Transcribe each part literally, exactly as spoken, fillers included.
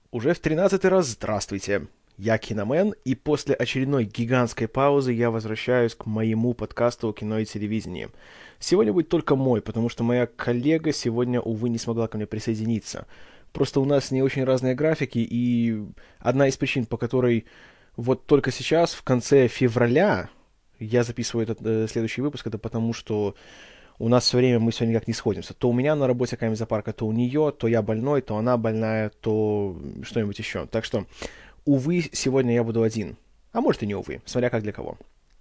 Уже в тринадцатый раз здравствуйте. Я Киномен, и после очередной гигантской паузы я возвращаюсь к моему подкасту о кино и телевидении. Сегодня будет только мой, потому что моя коллега сегодня, увы, не смогла ко мне присоединиться. Просто у нас не очень разные графики, и одна из причин, по которой вот только сейчас, в конце февраля, я записываю этот э, следующий выпуск, это потому что у нас все время мы все никак не сходимся. То у меня на работе какая-нибудь запарка, то у нее, то я больной, то она больная, то что-нибудь еще. Так что, увы, сегодня я буду один. А может и не увы, смотря как для кого.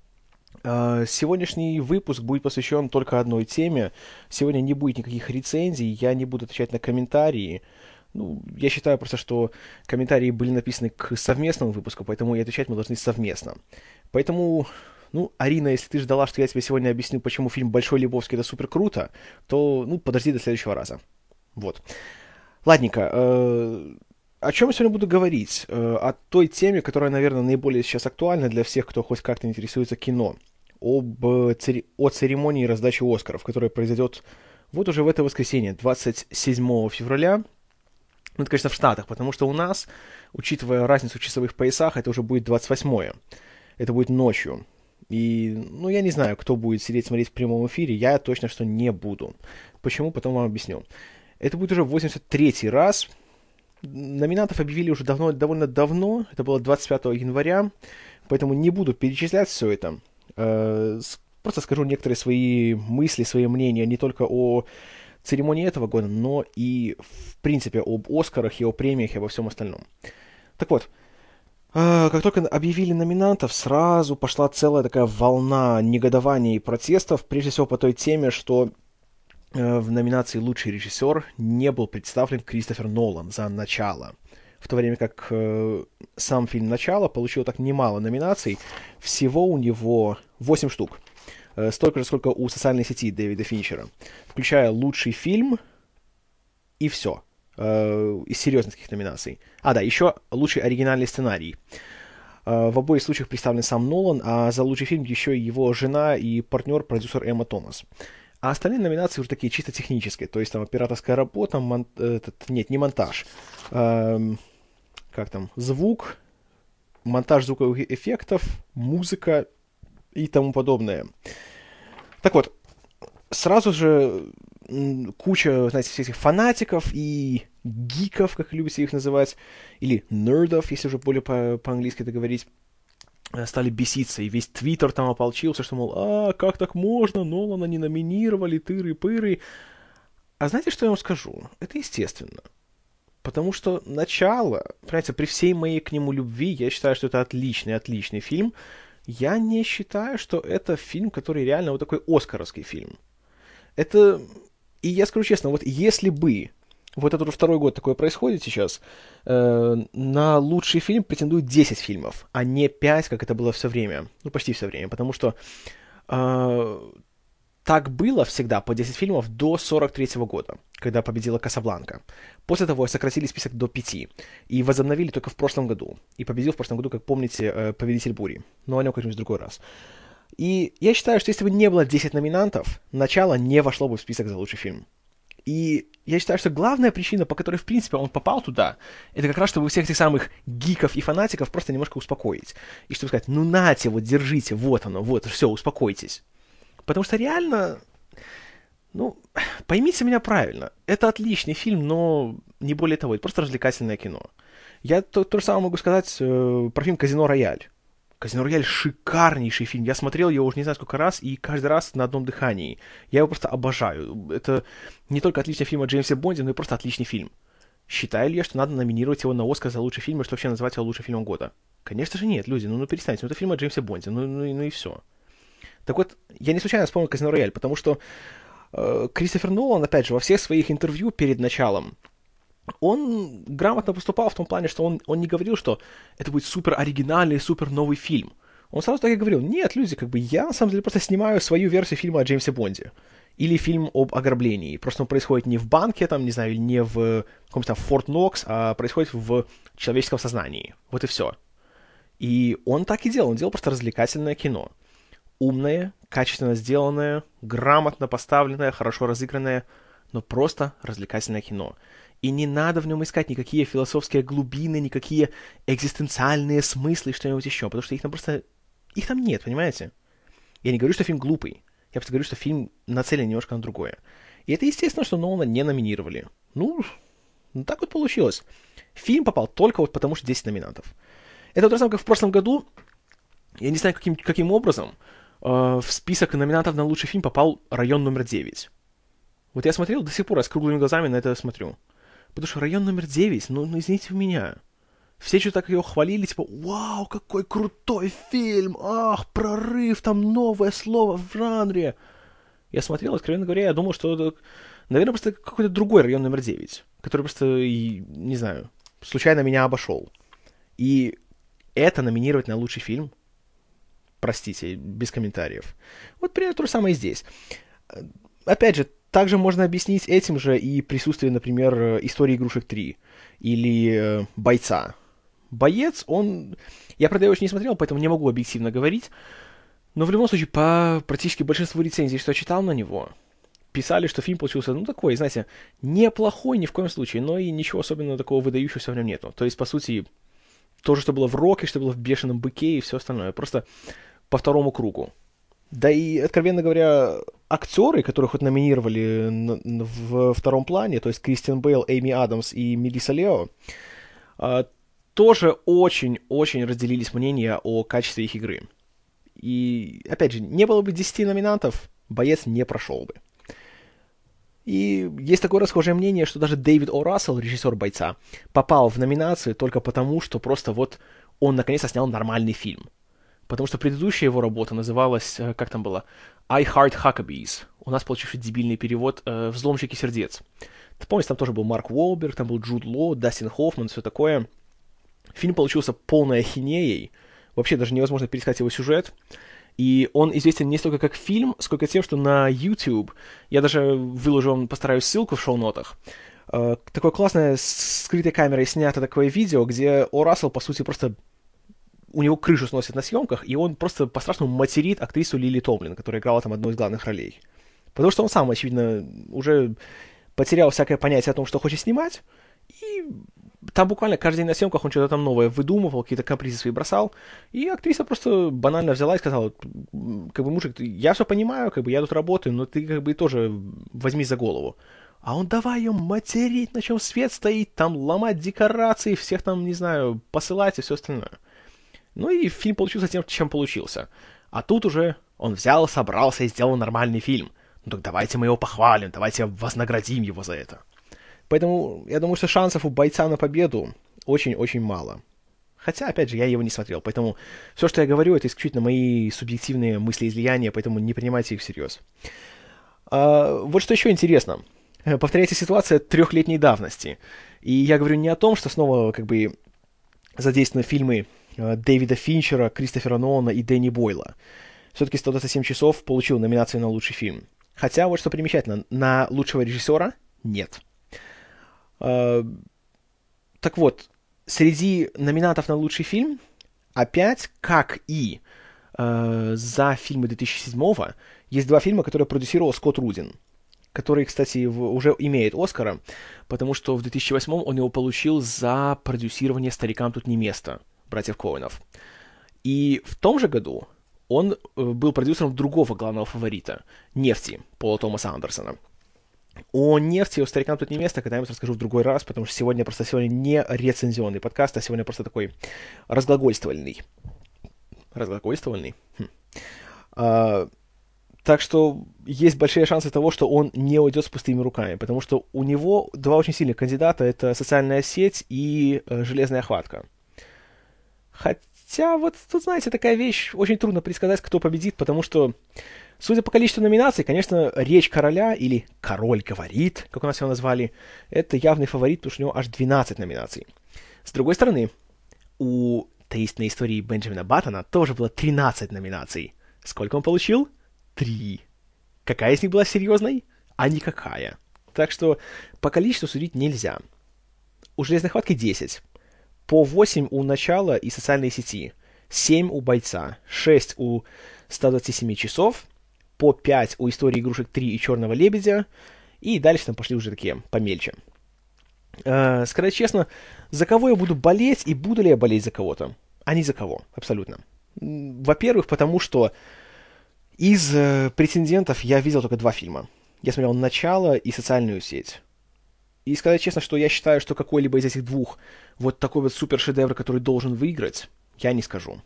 А, Сегодняшний выпуск будет посвящен только одной теме. Сегодня не будет никаких рецензий, я не буду отвечать на комментарии. Ну, я считаю просто, что комментарии были написаны к совместному выпуску, поэтому и отвечать мы должны совместно. Поэтому, ну, Арина, если ты ждала, что я тебе сегодня объясню, почему фильм «Большой Лебовский» — это супер круто, то, ну, подожди до следующего раза. Вот. Ладненько, э, о чем я сегодня буду говорить? Э, о той теме, которая, наверное, наиболее сейчас актуальна для всех, кто хоть как-то интересуется кино. Об, э, цери- о церемонии раздачи Оскаров, которая произойдет вот уже в это воскресенье, двадцать седьмого февраля. Ну, это, конечно, в Штатах, потому что у нас, учитывая разницу в часовых поясах, это уже будет двадцать восьмое. Это будет ночью. И, ну, я не знаю, кто будет сидеть смотреть в прямом эфире, я точно что не буду. Почему, потом вам объясню. Это будет уже восемьдесят третий раз. Номинантов объявили уже давно, довольно давно, это было двадцать пятого января, поэтому не буду перечислять все это. Э, с- Просто скажу некоторые свои мысли, свои мнения не только о церемонии этого года, но и, в принципе, об Оскарах и о премиях и обо всем остальном. Так вот, а, как только объявили номинантов, сразу пошла целая такая волна негодования и протестов, прежде всего по той теме, что э, в номинации «Лучший режиссер» не был представлен Кристофер Нолан за «Начало». В то время как э, сам фильм «Начало» получил так немало номинаций, всего у него восемь штук. Э, столько же, сколько у «Социальной сети» Дэвида Финчера. Включая лучший фильм и все. Э, из серьезных таких номинаций. А, да, еще лучший оригинальный сценарий. Э, в обоих случаях представлен сам Нолан, а за лучший фильм еще и его жена и партнер, продюсер Эмма Томас. А остальные номинации уже такие чисто технические, то есть там операторская работа, мон... этот, нет, не монтаж, эм, как там, звук, монтаж звуковых эффектов, музыка и тому подобное. Так вот, сразу же м, куча, знаете, всех этих фанатиков и гиков, как любите их называть, или нердов, если уже более по- по-английски это говорить, э, стали беситься, и весь твиттер там ополчился, что, мол, а, как так можно, Нолана не номинировали, тыры-пыры. А знаете, что я вам скажу? Это естественно. Потому что начало, понимаете, при всей моей к нему любви, я считаю, что это отличный, отличный фильм. Я не считаю, что это фильм, который реально вот такой оскаровский фильм. Это, и я скажу честно, вот если бы вот этот уже второй год такое происходит сейчас, э, на лучший фильм претендуют десять фильмов, а не пять, как это было все время. Ну, почти все время, потому что э, так было всегда по десять фильмов до сорок третьего года, когда победила «Касабланка». После того сократили список до пяти и возобновили только в прошлом году. И победил в прошлом году, как помните, э, «Повелитель бури». Но о нем как-нибудь в другой раз. И я считаю, что если бы не было десять номинантов, «Начало» не вошло бы в список за лучший фильм. И я считаю, что главная причина, по которой, в принципе, он попал туда, это как раз, чтобы всех этих самых гиков и фанатиков просто немножко успокоить. И чтобы сказать, ну нате, вот держите, вот оно, вот, все, успокойтесь. Потому что реально, ну, поймите меня правильно, это отличный фильм, но не более того, это просто развлекательное кино. Я то, то же самое могу сказать э, про фильм «Казино Рояль». «Казино Рояль» — шикарнейший фильм. Я смотрел его уже не знаю сколько раз, и каждый раз на одном дыхании. Я его просто обожаю. Это не только отличный фильм о Джеймсе Бонде, но и просто отличный фильм. Считаю ли я, что надо номинировать его на Оскар за лучший фильм, и что вообще называть его лучшим фильмом года? Конечно же нет, люди, ну, ну перестаньте, ну это фильм о Джеймсе Бонде, ну, ну, ну и все. Так вот, я не случайно вспомнил «Казино Рояль», потому что э, Кристофер Нолан, опять же, во всех своих интервью перед началом, он грамотно поступал в том плане, что он, он не говорил, что это будет супер оригинальный, супер новый фильм. Он сразу так и говорил, нет, люди, как бы я на самом деле просто снимаю свою версию фильма о Джеймсе Бонде. Или фильм об ограблении. Просто он происходит не в банке, там, не знаю, или не в каком-то там Форт Нокс, а происходит в человеческом сознании. Вот и все. И он так и делал, он делал просто развлекательное кино. Умное, качественно сделанное, грамотно поставленное, хорошо разыгранное, но просто развлекательное кино. И не надо в нем искать никакие философские глубины, никакие экзистенциальные смыслы, что-нибудь еще, потому что их там просто... Их там нет, понимаете? Я не говорю, что фильм глупый. Я просто говорю, что фильм нацелен немножко на другое. И это естественно, что Нолана не номинировали. Ну, ну так вот получилось. Фильм попал только вот потому, что десять номинантов. Это вот раз, как в прошлом году, я не знаю, каким, каким образом, э, в список номинантов на лучший фильм попал «Район номер девять». Вот я смотрел, до сих пор я с круглыми глазами на это смотрю. Потому что «Район номер девять», ну, ну извините вы меня. Все что-то так его хвалили, типа, вау, какой крутой фильм, ах, прорыв, там новое слово в жанре. Я смотрел, откровенно говоря, я думал, что это, наверное, просто какой-то другой «Район номер девять», который просто, не знаю, случайно меня обошел. И это номинировать на лучший фильм? Простите, без комментариев. Вот примерно то же самое и здесь. Опять же, также можно объяснить этим же и присутствие, например, «Истории игрушек три» или э, «Бойца». «Боец», он... Я, правда, его еще не смотрел, поэтому не могу объективно говорить, но в любом случае, по практически большинству рецензий, что я читал на него, писали, что фильм получился, ну, такой, знаете, неплохой ни в коем случае, но и ничего особенно такого выдающегося в нем нету. То есть, по сути, то же, что было в «Роке», что было в «Бешеном быке» и все остальное. Просто по второму кругу. Да и, откровенно говоря, актеры, которых вот номинировали на, на, в втором плане, то есть Кристиан Бейл, Эйми Адамс и Мелисса Лео, а, тоже очень-очень разделились мнения о качестве их игры. И, опять же, не было бы десяти номинантов, «Боец» не прошел бы. И есть такое расхожее мнение, что даже Дэвид О. Рассел, режиссер «Бойца», попал в номинацию только потому, что просто вот он наконец-то снял нормальный фильм. Потому что предыдущая его работа называлась, как там было, I Heart Huckabees. У нас получивший дебильный перевод э, «Взломщики сердец». Ты помнишь, там тоже был Марк Уолберг, там был Джуд Лоу, Дастин Хоффман, все такое. Фильм получился полной ахинеей. Вообще даже невозможно пересказать его сюжет. И он известен не столько как фильм, сколько тем, что на YouTube, я даже выложу вам, постараюсь, ссылку в шоу-нотах, э, такое классное с скрытой камерой снято такое видео, где О. Рассел, по сути, просто... У него крышу сносят на съемках, и он просто по-страшному материт актрису Лили Томлин, которая играла там одну из главных ролей. Потому что он сам, очевидно, уже потерял всякое понятие о том, что хочет снимать, и там буквально каждый день на съемках он что-то там новое выдумывал, какие-то капризы свои бросал, и актриса просто банально взяла и сказала, как бы, мужик, я все понимаю, как бы, я тут работаю, но ты, как бы, тоже возьми за голову. А он давай ее материть, на чем свет стоит, там ломать декорации, всех там, не знаю, посылать и все остальное. Ну и фильм получился тем, чем получился. А тут уже он взял, собрался и сделал нормальный фильм. Ну так давайте мы его похвалим, давайте вознаградим его за это. Поэтому я думаю, что шансов у «Бойца» на победу очень-очень мало. Хотя, опять же, я его не смотрел, поэтому все, что я говорю, это исключительно мои субъективные мыслеизлияния, поэтому не принимайте их всерьез. А, вот что еще интересно. Повторяется ситуация трехлетней давности. И я говорю не о том, что снова как бы задействованы фильмы Дэвида Финчера, Кристофера Нолана и Дэнни Бойла. Все-таки сто двадцать семь часов получил номинацию на лучший фильм. Хотя, вот что примечательно, на лучшего режиссера нет. Uh, так вот, среди номинантов на лучший фильм, опять, как и uh, за фильмы две тысячи седьмого, есть два фильма, которые продюсировал Скотт Рудин, который, кстати, в, уже имеет Оскара, потому что в две тысячи восьмом он его получил за продюсирование «Старикам тут не место» братьев Коэнов. И в том же году он uh, был продюсером другого главного фаворита «Нефти» Пола Томаса Андерсона. О «Нефти» и о «Старикам тут не место» когда-нибудь расскажу в другой раз, потому что сегодня просто сегодня не рецензионный подкаст, а сегодня просто такой разглагольствовальный. Разглагольствовальный? Хм. А, так что есть большие шансы того, что он не уйдет с пустыми руками, потому что у него два очень сильных кандидата — это «Социальная сеть» и э, «Железная хватка». Хотя вот тут, знаете, такая вещь, очень трудно предсказать, кто победит, потому что судя по количеству номинаций, конечно, «Речь короля» или «Король говорит», как у нас его назвали, это явный фаворит, потому что у него аж двенадцать номинаций. С другой стороны, у «Таинственной истории Бенджамина Баттона» тоже было тринадцать номинаций. Сколько он получил? Три. Какая из них была серьезной? А никакая. Так что по количеству судить нельзя. У «Железной хватки» десять. По восемь у «Начала» и «Социальной сети». семь у «Бойца». шесть у ста двадцати семи часов. По пять у «Истории игрушек три» и «Черного лебедя», и дальше там пошли уже такие помельче. Э, сказать честно, за кого я буду болеть и буду ли я болеть за кого-то? А не за кого, абсолютно. Во-первых, потому что из э, претендентов я видел только два фильма. Я смотрел «Начало» и «Социальную сеть». И сказать честно, что я считаю, что какой-либо из этих двух вот такой вот супер-шедевр, который должен выиграть, я не скажу.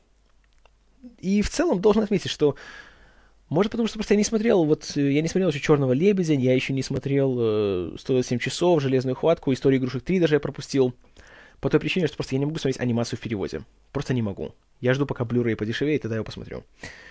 И в целом должен отметить, что может потому, что просто я не смотрел, вот э, я не смотрел еще «Черного лебедя», я еще не смотрел э, «сто двадцать семь часов», «Железную хватку», «Историю игрушек три» даже я пропустил. По той причине, что просто я не могу смотреть анимацию в переводе. Просто не могу. Я жду, пока Blu-ray подешевеет, тогда я его посмотрю.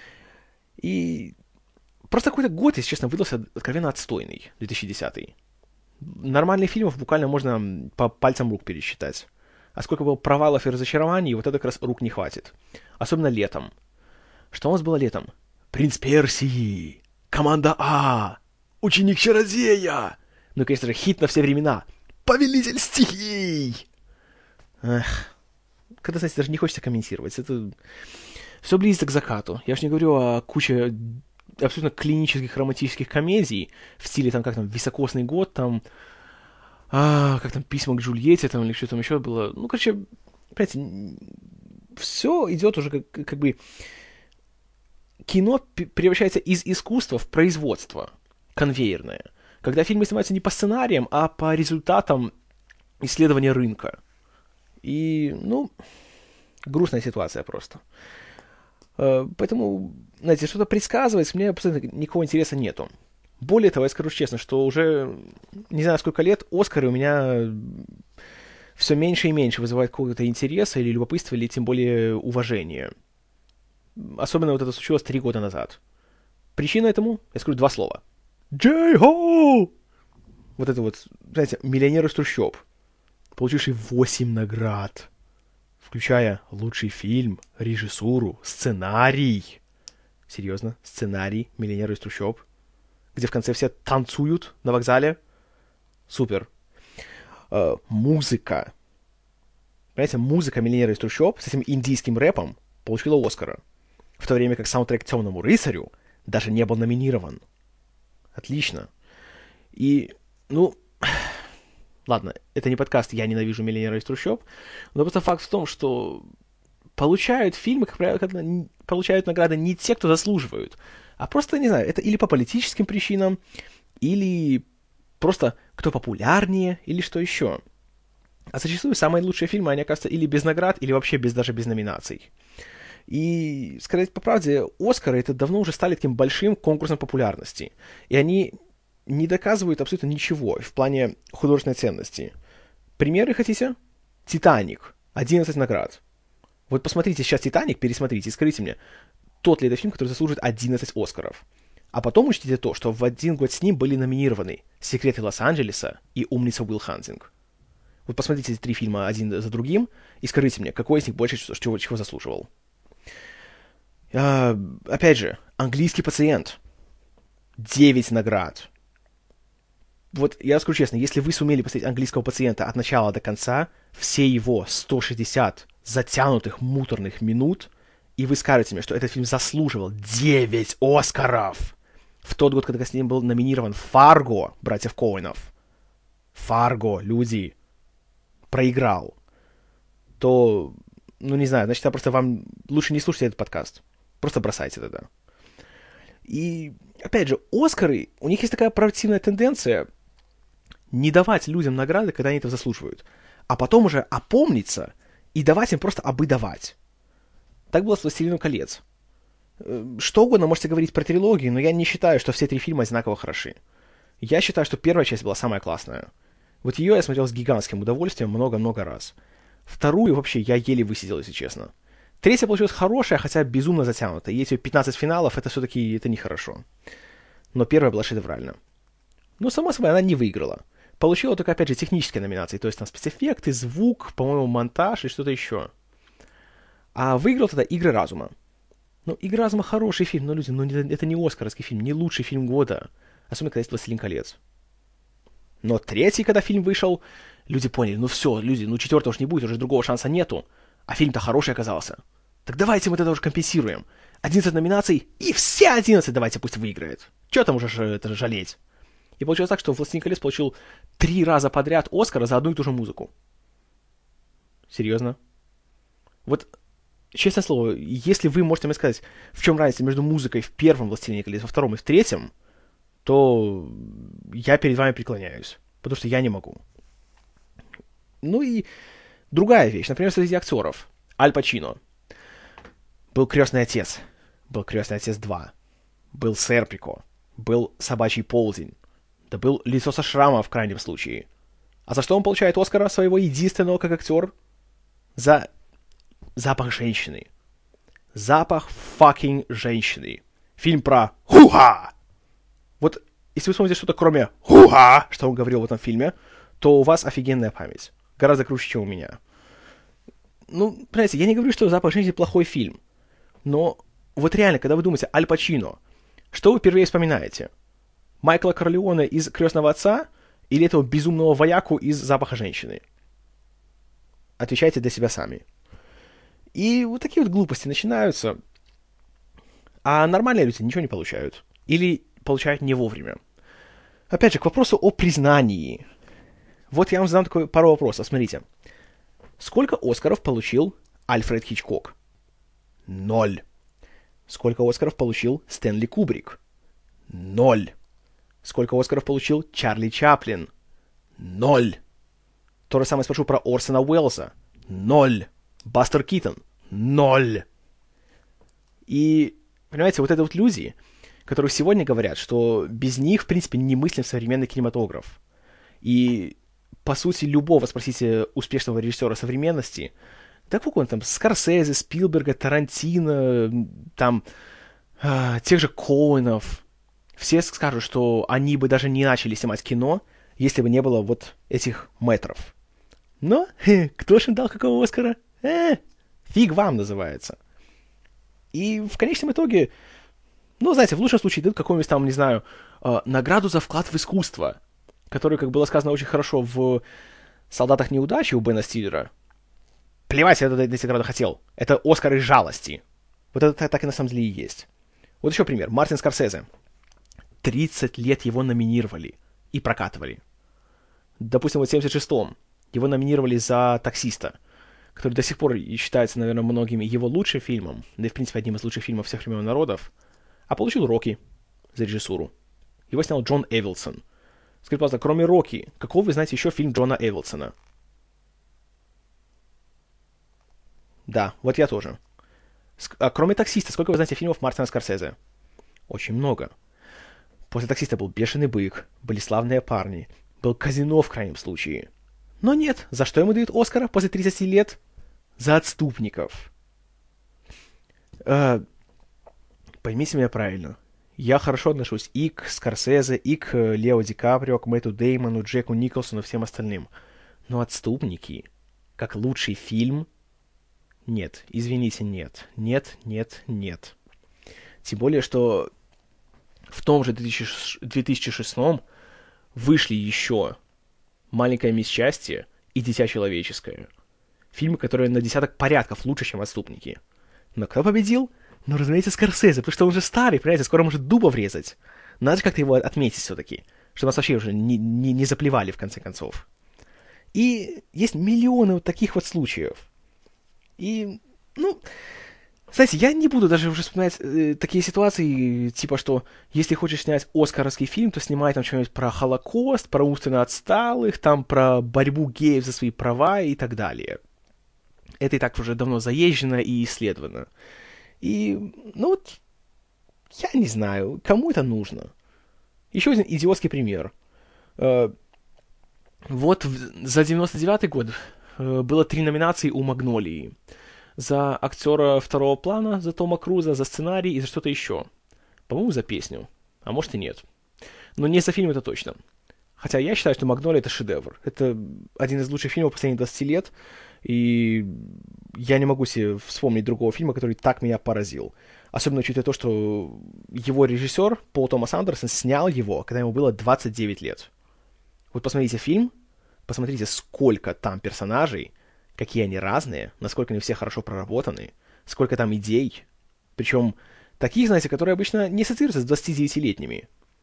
И просто какой-то год, если честно, выдался откровенно отстойный, две тысячи десятый. Нормальных фильмов буквально можно по пальцам рук пересчитать. А сколько было провалов и разочарований, вот это как раз рук не хватит. Особенно летом. Что у нас было летом? «Принц Персии», «Команда А», «Ученик Чародея», ну и, конечно же, хит на все времена «Повелитель стихий». Эх, когда, знаете, даже не хочется комментировать. Это все близится к закату. Я же не говорю о куче абсолютно клинических романтических комедий в стиле, там, как там, «Високосный год», там, а, как там, «Письма к Джульетте», там, или что там еще было. Ну, короче, понимаете, все идет уже как, как бы... Кино превращается из искусства в производство конвейерное. Когда фильмы снимаются не по сценариям, а по результатам исследования рынка. И, ну, грустная ситуация просто. Поэтому, знаете, что-то предсказывать мне абсолютно никакого интереса нету. Более того, я скажу честно, что уже не знаю сколько лет Оскары у меня все меньше и меньше вызывают какого-то интереса или любопытства, или тем более уважения. Особенно вот это случилось три года назад. Причина этому, я скажу два слова. Джей-Хо! Вот это вот, знаете, «Миллионер из трущоб», получивший восемь наград, включая лучший фильм, режиссуру, сценарий. Серьезно, сценарий «Миллионер из трущоб», где в конце все танцуют на вокзале. Супер. Э, музыка. Понимаете, музыка «Миллионера из трущоб» с этим индийским рэпом получила Оскара. В то время как саундтрек «Темному рыцарю» даже не был номинирован. Отлично. И, ну, ладно, это не подкаст «Я ненавижу миллионера из трущоб», но просто факт в том, что получают фильмы, как правило, получают награды не те, кто заслуживают, а просто, не знаю, это или по политическим причинам, или просто кто популярнее, или что еще. А зачастую самые лучшие фильмы, они оказываются или без наград, или вообще без, даже без номинаций. И, сказать по правде, Оскары это давно уже стали таким большим конкурсом популярности. И они не доказывают абсолютно ничего в плане художественной ценности. Примеры хотите? «Титаник». одиннадцать наград. Вот посмотрите сейчас «Титаник», пересмотрите и скажите мне, тот ли это фильм, который заслуживает одиннадцать Оскаров. А потом учтите то, что в один год с ним были номинированы «Секреты Лос-Анджелеса» и «Умница Уилл Хантинг». Вот посмотрите эти три фильма один за другим и скажите мне, какой из них больше чего, чего заслуживал. А, опять же, «Английский пациент». девять наград. Вот я скажу честно, если вы сумели посмотреть «Английского пациента» от начала до конца, все его сто шестьдесят затянутых муторных минут, и вы скажете мне, что этот фильм заслуживал девять Оскаров в тот год, когда с ним был номинирован «Фарго» братьев Коэнов. «Фарго», люди, проиграл. То, ну не знаю, значит, я просто вам лучше не слушайте этот подкаст. Просто бросайте тогда. И, опять же, Оскары, у них есть такая противная тенденция не давать людям награды, когда они этого заслуживают, а потом уже опомниться и давать им просто абы давать. Так было с «Властелином колец». Что угодно можете говорить про трилогию, но я не считаю, что все три фильма одинаково хороши. Я считаю, что первая часть была самая классная. Вот ее я смотрел с гигантским удовольствием много-много раз. Вторую вообще я еле высидел, если честно. Третья получилась хорошая, хотя безумно затянутая. И эти пятнадцать финалов, это все-таки это нехорошо. Но первая была шедевральна. Но, само собой, она не выиграла. Получила только, опять же, технические номинации. То есть там спецэффекты, звук, по-моему, монтаж и что-то еще. А выиграл тогда «Игры разума». Ну, «Игры разума» хороший фильм, но, люди, ну, это не оскаровский фильм, не лучший фильм года. Особенно, когда есть «Властелин колец». Но третий, когда фильм вышел, люди поняли, ну все, люди, ну четвертого уж не будет, уже другого шанса нету. А фильм-то хороший оказался. Так давайте мы тогда уже компенсируем. одиннадцать номинаций, и все одиннадцать давайте пусть выиграет. Чё там уже это жалеть? И получилось так, что «Властелин колец» получил три раза подряд Оскара за одну и ту же музыку. Серьезно? Вот, честное слово, если вы можете мне сказать, в чем разница между музыкой в первом «Властелине колец», во втором и в третьем, то я перед вами преклоняюсь. Потому что я не могу. Ну и другая вещь. Например, среди актеров. Аль Пачино. Был «Крестный отец». Был «Крестный отец два». Был «Серпико». Был «Собачий полдень». Да был «Лицо со шрамом» в крайнем случае. А за что он получает Оскара своего единственного как актер? За запах женщины. Запах fucking женщины. Фильм про хуха. Вот, если вы вспомните что-то кроме хуха, что он говорил в этом фильме, то у вас офигенная память. Гораздо круче, чем у меня. Ну, понимаете, я не говорю, что «Запах женщины» плохой фильм. Но вот реально, когда вы думаете Аль Пачино, что вы впервые вспоминаете? Майкла Корлеоне из «Крестного отца» или этого безумного вояку из «Запаха женщины»? Отвечайте для себя сами. И вот такие вот глупости начинаются. А нормальные люди ничего не получают. Или получают не вовремя. Опять же, к вопросу о признании. Вот я вам задам такой пару вопросов. Смотрите. Сколько Оскаров получил Альфред Хичкок? Ноль. Сколько Оскаров получил Стэнли Кубрик? Ноль. Сколько Оскаров получил Чарли Чаплин? Ноль. То же самое спрошу про Орсона Уэллса. Ноль. Бастер Китон. Ноль. И, понимаете, вот это вот люди, которые сегодня говорят, что без них, в принципе, немыслим современный кинематограф. И, по сути, любого, спросите, успешного режиссера современности, да какого там, Скорсезе, Спилберга, Тарантино, там, э, тех же Коэнов, все скажут, что они бы даже не начали снимать кино, если бы не было вот этих мэтров. Но, хе, кто же им дал какого Оскара? Э, фиг вам называется. И в конечном итоге, ну, знаете, в лучшем случае дают какую-нибудь там, не знаю, э, награду за вклад в искусство, который, как было сказано очень хорошо в «Солдатах неудачи» у Бена Стиллера. Плевать, я эти награды хотел. Это Оскар из жалости. Вот это так и на самом деле и есть. Вот еще пример. Мартин Скорсезе. тридцать лет его номинировали и прокатывали. Допустим, вот в семьдесят шестом его номинировали за «Таксиста», который до сих пор считается, наверное, многими его лучшим фильмом, да и, в принципе, одним из лучших фильмов всех времен народов, а получил «Рокки» за режиссуру. Его снял Джон Эвилсон. Скажите, пожалуйста, кроме «Рокки», какого вы знаете еще фильм Джона Эвилсона? Да, вот я тоже. А кроме «Таксиста», сколько вы знаете фильмов Мартина Скорсезе? Очень много. После «Таксиста» был «Бешеный бык», были «Славные парни», был «Казино» в крайнем случае. Но нет, за что ему дают Оскара после тридцати лет? За «Отступников». Э, поймите меня правильно. Я хорошо отношусь и к Скорсезе, и к Лео Ди Каприо, к Мэтту Деймону, Джеку Николсону и всем остальным. Но «Отступники», как лучший фильм, нет, извините, нет. Нет, нет, нет. Тем более, что в том же две тысячи шестом вышли еще «Маленькая мисс Счастье» и «Дитя человеческое». Фильмы, которые на десяток порядков лучше, чем «Отступники». Но кто победил? Ну, разумеется, Скорсезе, потому что он уже старый, понимаете, скоро может дуба врезать. Надо же как-то его отметить все-таки, чтобы нас вообще уже не, не, не заплевали, в конце концов. И есть миллионы вот таких вот случаев. И, ну, знаете, я не буду даже уже вспоминать э, такие ситуации, типа, что если хочешь снять оскаровский фильм, то снимай там что-нибудь про Холокост, про умственно отсталых, там про борьбу геев за свои права и так далее. Это и так уже давно заезжено и исследовано. И, ну вот, я не знаю, кому это нужно. Еще один идиотский пример. Э, вот в, за девяносто девятый год э, было три номинации у «Магнолии». За актера второго плана, за Тома Круза, за сценарий и за что-то еще. По-моему, за песню. А может и нет. Но не за фильм это точно. Хотя я считаю, что «Магнолия» — это шедевр. Это один из лучших фильмов последних двадцати лет. И я не могу себе вспомнить другого фильма, который так меня поразил. Особенно учитывая то, что его режиссер Пол Томас Андерсон снял его, когда ему было двадцать девять лет. Вот посмотрите фильм, посмотрите, сколько там персонажей, какие они разные, насколько они все хорошо проработаны, сколько там идей. Причем таких, знаете, которые обычно не ассоциируются с двадцатидевятилетними.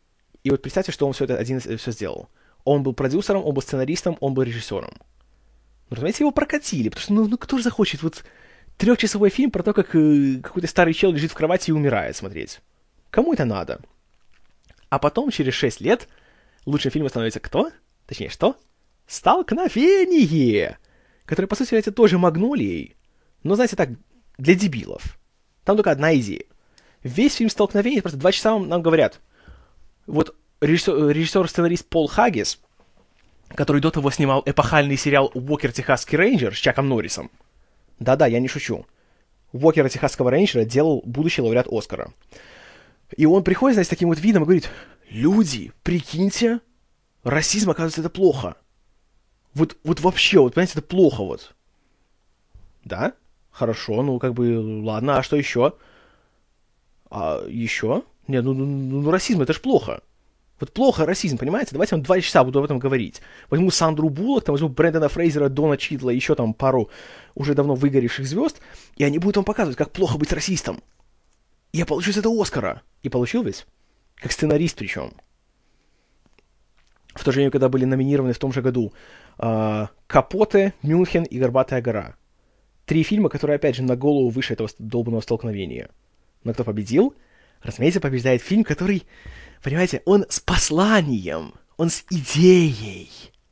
И вот представьте, что он все это один все сделал. Он был продюсером, он был сценаристом, он был режиссером. Ну, разумеется, его прокатили, потому что, ну, ну кто же захочет вот трехчасовой фильм про то, как э, какой-то старый чел лежит в кровати и умирает смотреть. Кому это надо? А потом, через шесть лет, лучшим фильмом становится кто? Точнее, что? «Столкновение», который, по сути, является тоже «Магнолией», но, знаете, так, для дебилов. Там только одна идея. Весь фильм «Столкновение», просто два часа нам говорят. Вот режиссер, режиссер-сценарист Пол Хаггис, который до того снимал эпохальный сериал «Уокер Техасский рейнджер» с Чаком Норрисом. Да-да, я не шучу. Уокера Техасского рейнджера делал будущий лауреат Оскара. И он приходит, знаете, с таким вот видом и говорит: люди, прикиньте, расизм, оказывается, это плохо. Вот, вот вообще, вот, понимаете, это плохо вот. Да? Хорошо, ну, как бы, ладно, а что еще? А еще? Не, ну, ну, ну расизм, это ж плохо. Вот плохо расизм, понимаете? Давайте я вам два часа буду об этом говорить. Возьму Сандру Буллок, там возьму Брэндона Фрейзера, Дона Чидла и еще там пару уже давно выгоревших звезд, и они будут вам показывать, как плохо быть расистом. И я получу с этого Оскара. И получил ведь? Как сценарист причем. В то же время, когда были номинированы в том же году э, «Капоте», «Мюнхен» и «Горбатая гора». Три фильма, которые, опять же, на голову выше этого долбанного столкновения. Но кто победил? Разумеется, побеждает фильм, который, понимаете, он с посланием, он с идеей.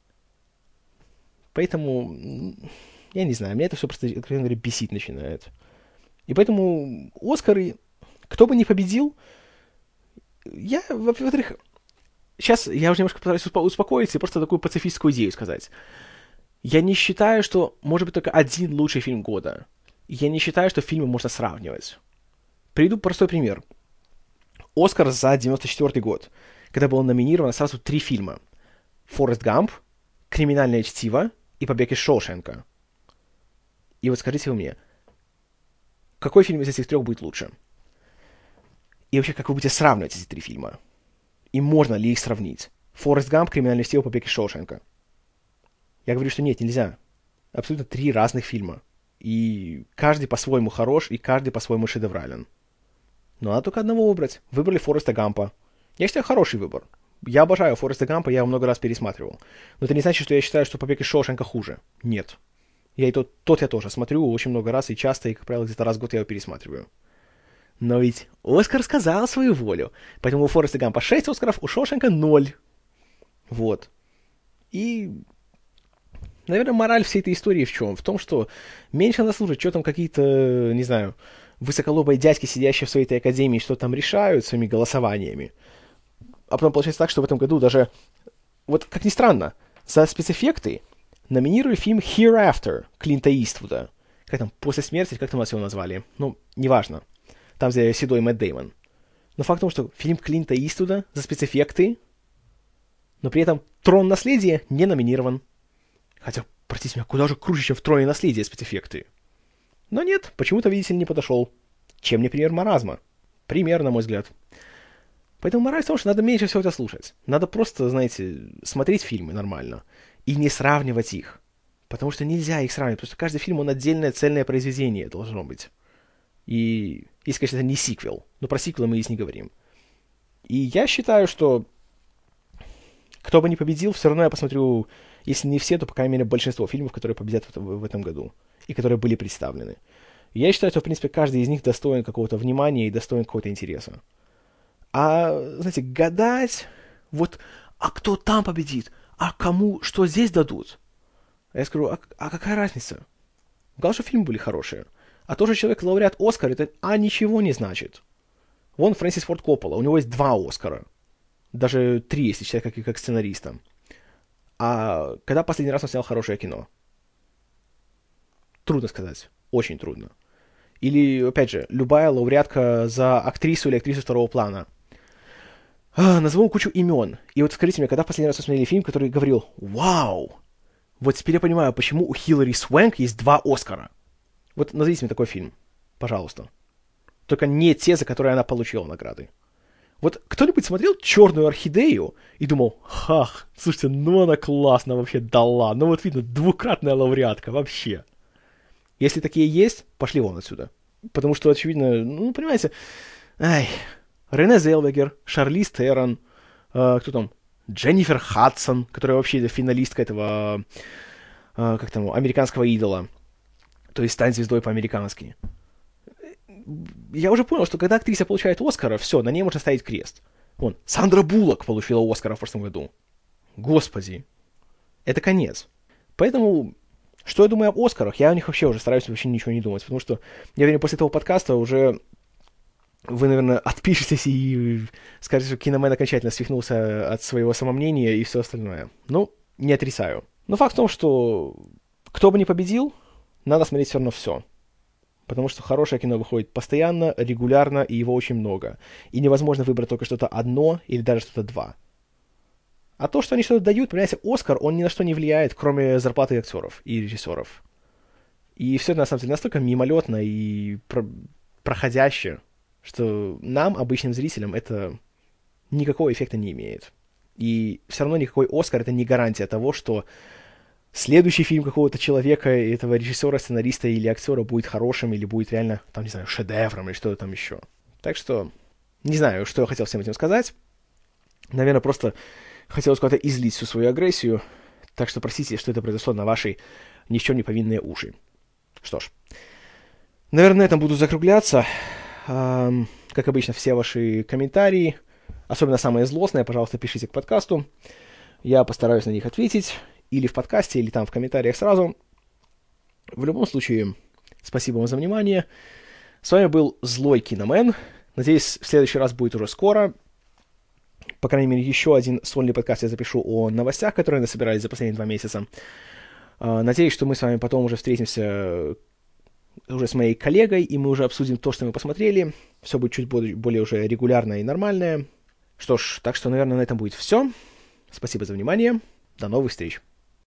Поэтому, я не знаю, меня это все просто, откровенно говоря, бесить начинает. И поэтому Оскары, кто бы ни победил, я, во-первых, сейчас я уже немножко пытаюсь успокоиться и просто такую пацифистскую идею сказать. Я не считаю, что может быть только один лучший фильм года. Я не считаю, что фильмы можно сравнивать. Приведу простой пример. Оскар за девяносто четвёртый год, когда было номинировано сразу три фильма. «Форест Гамп», «Криминальное чтиво» и «Побег из Шоушенка». И вот скажите вы мне, какой фильм из этих трех будет лучше? И вообще, как вы будете сравнивать эти три фильма? И можно ли их сравнить? «Форест Гамп», «Криминальное чтиво», «Побег из Шоушенка». Я говорю, что нет, нельзя. Абсолютно три разных фильма. И каждый по-своему хорош, и каждый по-своему шедеврален. Но надо только одного выбрать. Выбрали Фореста Гампа. Я считаю, хороший выбор. Я обожаю Фореста Гампа, я его много раз пересматривал. Но это не значит, что я считаю, что «Побег из Шоушенка» хуже. Нет. Я и тот, тот я тоже смотрю очень много раз, и часто, и, как правило, где-то раз в год я его пересматриваю. Но ведь Оскар сказал свою волю. Поэтому у Фореста Гампа шесть Оскаров, у Шоушенка ноль. Вот. И... наверное, мораль всей этой истории в чем? В том, что меньше нас слушать, что там какие-то, не знаю, высоколобые дядьки, сидящие в своей этой академии, что там решают своими голосованиями. А потом получается так, что в этом году даже, вот как ни странно, за спецэффекты номинировали фильм «Hereafter» Клинта Иствуда. Как там, «После смерти», как там нас его назвали? Ну, неважно. Там, где седой Мэтт Дэймон. Но факт в том, что фильм Клинта Иствуда за спецэффекты, но при этом «Трон наследия» не номинирован. Хотя, простите меня, куда же круче, чем в «Троне наследия» спецэффекты. Но нет, почему-то, видите ли, не подошел. Чем не пример маразма? Пример, на мой взгляд. Поэтому мораль в том, что надо меньше всего это слушать. Надо просто, знаете, смотреть фильмы нормально. И не сравнивать их. Потому что нельзя их сравнивать. Потому что каждый фильм, он отдельное цельное произведение должно быть. И, если, конечно, это не сиквел. Но про сиквелы мы здесь не говорим. И я считаю, что кто бы ни победил, все равно я посмотрю, если не все, то, по крайней мере, большинство фильмов, которые победят в, в этом году. И которые были представлены. И я считаю, что, в принципе, каждый из них достоин какого-то внимания и достоин какого-то интереса. А, знаете, гадать, вот, а кто там победит? А кому что здесь дадут? А я скажу, а, а какая разница? Главное, что фильмы были хорошие. А то, что человек лауреат Оскара, это а ничего не значит. Вон Фрэнсис Форд Коппола, у него есть два Оскара. Даже три, если считать как, как сценариста. А когда последний раз он снял хорошее кино? Трудно сказать. Очень трудно. Или, опять же, любая лауреатка за актрису или актрису второго плана. А, назову кучу имен. И вот скажите мне, когда в последний раз вы смотрели фильм, который говорил «Вау!» Вот теперь я понимаю, почему у Хиллари Свэнк есть два Оскара. Вот назовите мне такой фильм. Пожалуйста. Только не те, за которые она получила награды. Вот кто-нибудь смотрел «Черную орхидею» и думал, ах, слушайте, ну она классно вообще дала. Ну вот видно, двукратная лауреатка вообще. Если такие есть, пошли вон отсюда. Потому что, очевидно, ну, понимаете, ай, Рене Зелвегер, Шарлиз Терон, э, кто там, Дженнифер Хадсон, которая вообще финалистка этого, э, как там, американского идола, то есть стать звездой по-американски. Я уже понял, что когда актриса получает Оскара, все, на ней можно ставить крест. Вон, Сандра Буллок получила Оскара в прошлом году. Господи, это конец. Поэтому, что я думаю об Оскарах, я о них вообще уже стараюсь вообще ничего не думать, потому что, я уверен, после этого подкаста уже вы, наверное, отпишетесь и скажете, что Киномен окончательно свихнулся от своего самомнения и все остальное. Ну, не отрицаю. Но факт в том, что кто бы ни победил, надо смотреть все равно все. Потому что хорошее кино выходит постоянно, регулярно, и его очень много. И невозможно выбрать только что-то одно или даже что-то два. А то, что они что-то дают, понимаете, Оскар, он ни на что не влияет, кроме зарплаты актеров и режиссеров. И все это, на самом деле, настолько мимолетно и про- проходяще, что нам, обычным зрителям, это никакого эффекта не имеет. И все равно никакой Оскар — это не гарантия того, что следующий фильм какого-то человека, этого режиссера, сценариста или актера будет хорошим, или будет реально, там, не знаю, шедевром, или что-то там еще. Так что, не знаю, что я хотел всем этим сказать. Наверное, просто хотелось куда-то излить всю свою агрессию. Так что простите, что это произошло на ваши ни в чем не повинные уши. Что ж, наверное, на этом буду закругляться. Эм, как обычно, все ваши комментарии, особенно самые злостные, пожалуйста, пишите к подкасту. Я постараюсь на них ответить. Или в подкасте, или там в комментариях сразу. В любом случае, спасибо вам за внимание. С вами был Злой Киномен. Надеюсь, в следующий раз будет уже скоро. По крайней мере, еще один сольный подкаст я запишу о новостях, которые насобирались за последние два месяца. Надеюсь, что мы с вами потом уже встретимся уже с моей коллегой, и мы уже обсудим то, что мы посмотрели. Все будет чуть более уже регулярное и нормальное. Что ж, так что, наверное, на этом будет все. Спасибо за внимание. До новых встреч.